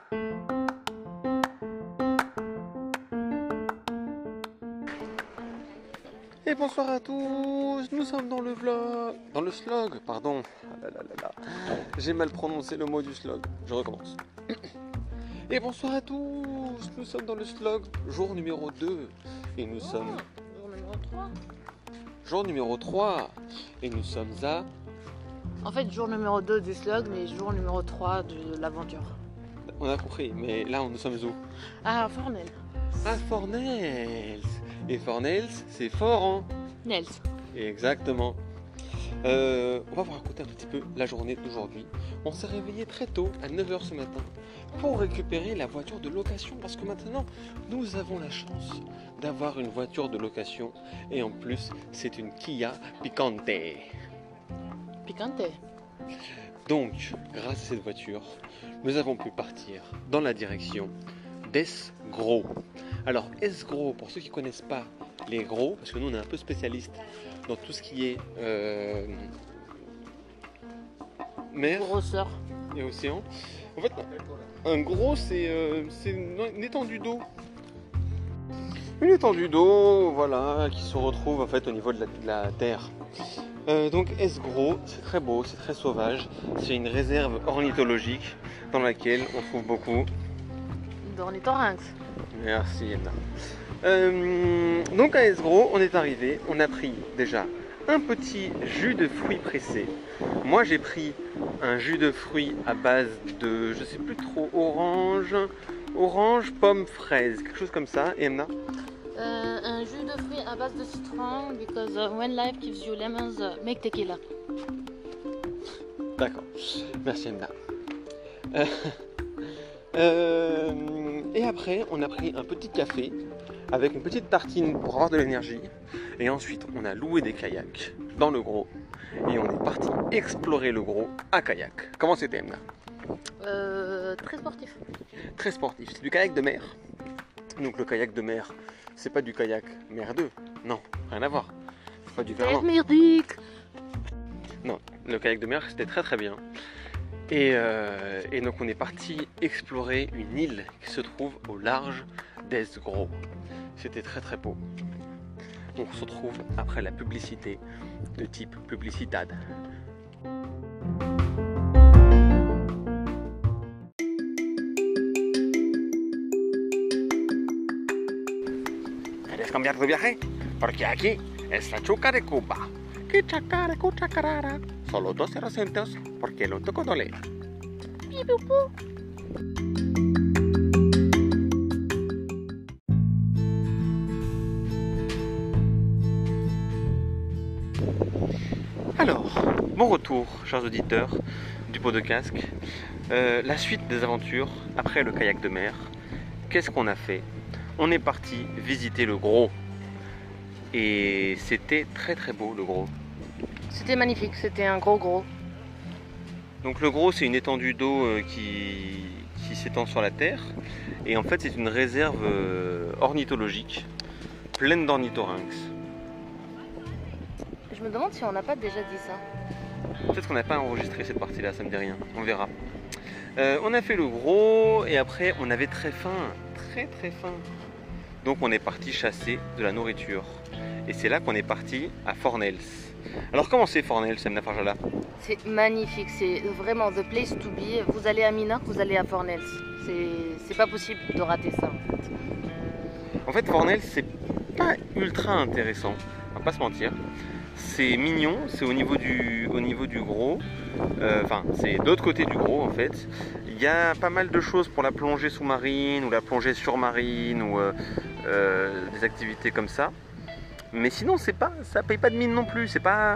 Et bonsoir à tous, nous sommes dans le vlog, dans le slog, pardon. Ah là là là là. J'ai mal prononcé le mot du slog, je recommence. Et bonsoir à tous, nous sommes dans le slog, jour numéro 2. Et nous sommes... Jour numéro 3. Jour numéro 3. Et nous sommes à... En fait, jour numéro 2 du slog, mais jour numéro 3 de l'aventure. On a compris, mais là nous sommes où? Ah, Fornel. À Fornels. Et Fornels, c'est fort, hein? Nels. Exactement. On va vous raconter un petit peu la journée d'aujourd'hui. On s'est réveillé très tôt, à 9 h ce matin, pour récupérer la voiture de location. Parce que maintenant, nous avons la chance d'avoir une voiture de location. Et en plus, c'est une Kia Picante. Picante. Donc, grâce à cette voiture, nous avons pu partir dans la direction d'Esgros. Alors, Esgros, pour ceux qui ne connaissent pas les gros, parce que nous on est un peu spécialiste dans tout ce qui est mer Grosseur. et océan. En fait, un gros c'est une étendue d'eau. Une étendue d'eau, voilà, qui se retrouve en fait au niveau de la terre. Donc Esgros, c'est très beau, c'est très sauvage. C'est une réserve ornithologique dans laquelle on trouve beaucoup D'ornithorynx. Merci Emma. Donc à Esgros, on est arrivé, on a pris déjà un petit jus de fruits pressés. Moi j'ai pris un jus de fruits à base de, je sais plus trop, orange, pomme, fraise, quelque chose comme ça. Et Emma? Un jus de fruits à base de citron, because when life gives you lemons, make tequila. D'accord, merci Emma. Et après, on a pris un petit café avec une petite tartine pour avoir de l'énergie. Et ensuite, on a loué des kayaks dans le Gros. Et on est parti explorer le Gros à kayak. Comment c'était, Emma? Très sportif. Très sportif. C'est du kayak de mer. Donc le kayak de mer, c'est pas du kayak mer 2. Non, rien à voir. C'est pas du kayak merdique. Non, le kayak de mer, c'était très très bien. Et donc on est parti explorer une île qui se trouve au large d'Esgros. C'était très très beau. On se retrouve après la publicité de type Publicidad. ¿Quieres cambiar de viaje? Porque aquí es la Chuca de Cuba. Que chacara, cuchacarara. Solo 12 acentos porque lo toco doler. Alors, bon retour, chers auditeurs du pot de casque. La suite des aventures après le kayak de mer. Qu'est-ce qu'on a fait? On est parti visiter le Gros. Et c'était très très beau le Gros. C'était magnifique, c'était un gros. Donc le Gros, c'est une étendue d'eau qui s'étend sur la terre. Et en fait, c'est une réserve ornithologique pleine d'ornithorynx. Je me demande si on n'a pas déjà dit ça. Peut-être qu'on n'a pas enregistré cette partie-là, ça me dit rien. On verra. On a fait le Gros et après, on avait très faim. Très très faim. Donc on est parti chasser de la nourriture. Et c'est là qu'on est parti à Fornels. Alors comment c'est Fornels, Emna Farjala? C'est magnifique, c'est vraiment the place to be. Vous allez à Mina, vous allez à Fornels. C'est pas possible de rater ça. En fait, Fornels, c'est pas ultra intéressant, on va pas se mentir. C'est mignon, c'est au niveau du Gros. Enfin, c'est de l'autre côté du Gros en fait. Il y a pas mal de choses pour la plongée sous-marine ou la plongée surmarine ou des activités comme ça. Mais sinon, ça paye pas de mine non plus. C'est pas.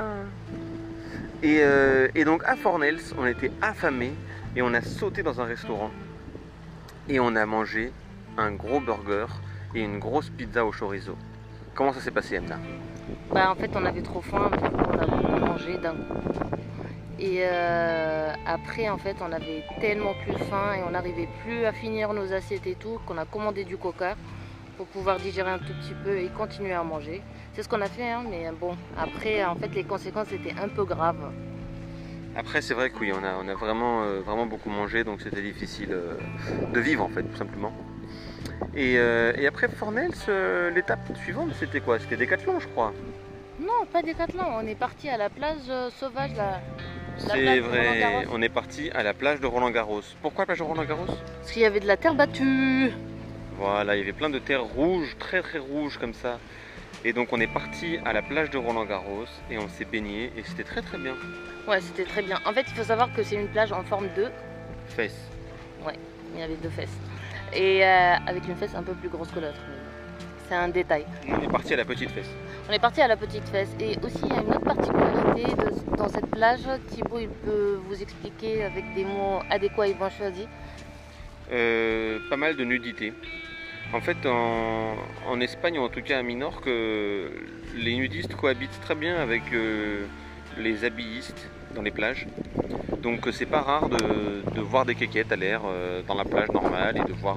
Et donc à Fornels, on était affamés et on a sauté dans un restaurant et on a mangé un gros burger et une grosse pizza au chorizo. Comment ça s'est passé, Emna? Bah en fait on avait trop faim, on a mangé d'un coup. Et après en fait on avait tellement plus faim et on n'arrivait plus à finir nos assiettes et tout qu'on a commandé du coca pour pouvoir digérer un tout petit peu et continuer à manger. C'est ce qu'on a fait, hein, mais bon, après en fait les conséquences étaient un peu graves. Après, c'est vrai que oui, on a vraiment beaucoup mangé, donc c'était difficile de vivre en fait, tout simplement. Et après Fornels, l'étape suivante, c'était quoi? C'était Décathlon, je crois. Non, pas Décathlon, on est parti à la plage sauvage là. C'est vrai, on est parti à la plage de Roland-Garros. Pourquoi la plage de Roland-Garros? Parce qu'il y avait de la terre battue. Voilà, il y avait plein de terre rouge, très rouge comme ça. Et donc on est parti à la plage de Roland-Garros et on s'est baigné et c'était très bien. Ouais, c'était très bien. En fait, il faut savoir que c'est une plage en forme de Fesses. Ouais, il y avait 2 fesses. Et avec une fesse un peu plus grosse que l'autre. C'est un détail. On est parti à la petite fesse. On est parti à la petite fesse. Et aussi, il y a une autre particularité dans cette plage. Thibaut, il peut vous expliquer avec des mots adéquats et bien choisis. Pas mal de nudité. En fait, en Espagne, ou en tout cas à Minorque, les nudistes cohabitent très bien avec les habillistes dans les plages. Donc c'est pas rare de voir des kékettes à l'air dans la plage normale et de voir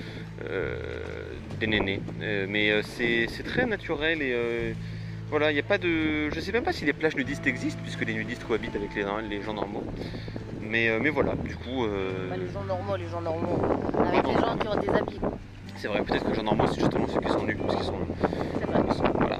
des nénés. Mais c'est très naturel et voilà, il n'y a pas de... Je sais même pas si les plages nudistes existent puisque les nudistes cohabitent avec les gens normaux. Mais voilà, du coup... les gens normaux, avec les gens qui ont des habits. C'est vrai, peut-être que les gens normaux, c'est justement ceux qui sont nus, parce qu'ils sont... C'est vrai. Voilà.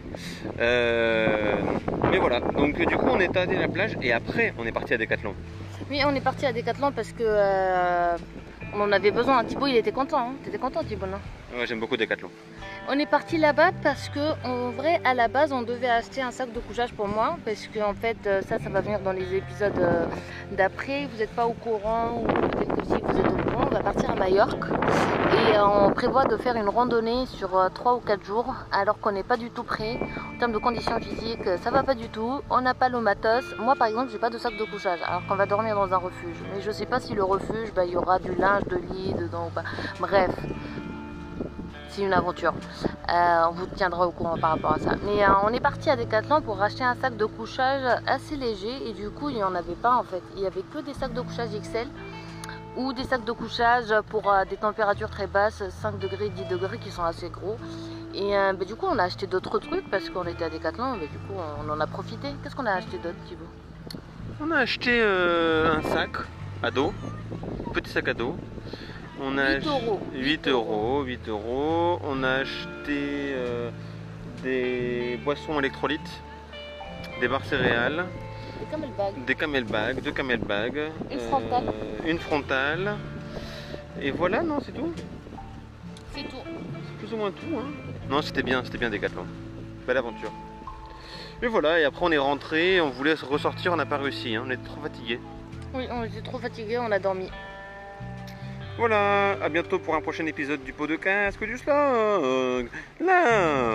Mais voilà, donc du coup on est allé à la plage et après on est parti à Décathlon. Oui, on est parti à Décathlon parce que on en avait besoin. Thibaut, il était content. Hein. T'étais content, Thibaut, non? Ouais, j'aime beaucoup Décathlon. On est parti là-bas parce que en vrai, à la base, on devait acheter un sac de couchage pour moi parce que en fait, ça va venir dans les épisodes d'après. Vous n'êtes pas au courant ou peut-être que si vous êtes au courant, on va partir à Majorque et on prévoit de faire une randonnée sur 3 ou 4 jours alors qu'on n'est pas du tout prêt. En termes de conditions physiques, ça va pas du tout. On n'a pas le matos. Moi, par exemple, j'ai pas de sac de couchage alors qu'on va dormir dans un refuge. Mais je sais pas si le refuge, il y aura du linge de lit dedans ou pas. Bref. C'est une aventure. On vous tiendra au courant par rapport à ça. Mais on est parti à Décathlon pour racheter un sac de couchage assez léger et du coup il n'y en avait pas en fait. Il n'y avait que des sacs de couchage XL ou des sacs de couchage pour des températures très basses, 5 degrés, 10 degrés qui sont assez gros. Et du coup on a acheté d'autres trucs parce qu'on était à Décathlon, mais du coup on en a profité. Qu'est-ce qu'on a acheté d'autre, Thibaut? On a acheté un sac à dos, petit sac à dos. On a 8 euros. On a acheté des boissons électrolytes, des barres céréales, deux camel bags, une frontale. Et voilà, non, c'est tout. C'est tout. C'est plus ou moins tout. Hein. Non, c'était bien Décathlon. Belle aventure. Et voilà, et après on est rentré, on voulait ressortir, on n'a pas réussi, hein. On était trop fatigués. Oui, on était trop fatigués, on a dormi. Voilà, à bientôt pour un prochain épisode du pot de casque du slog. Là.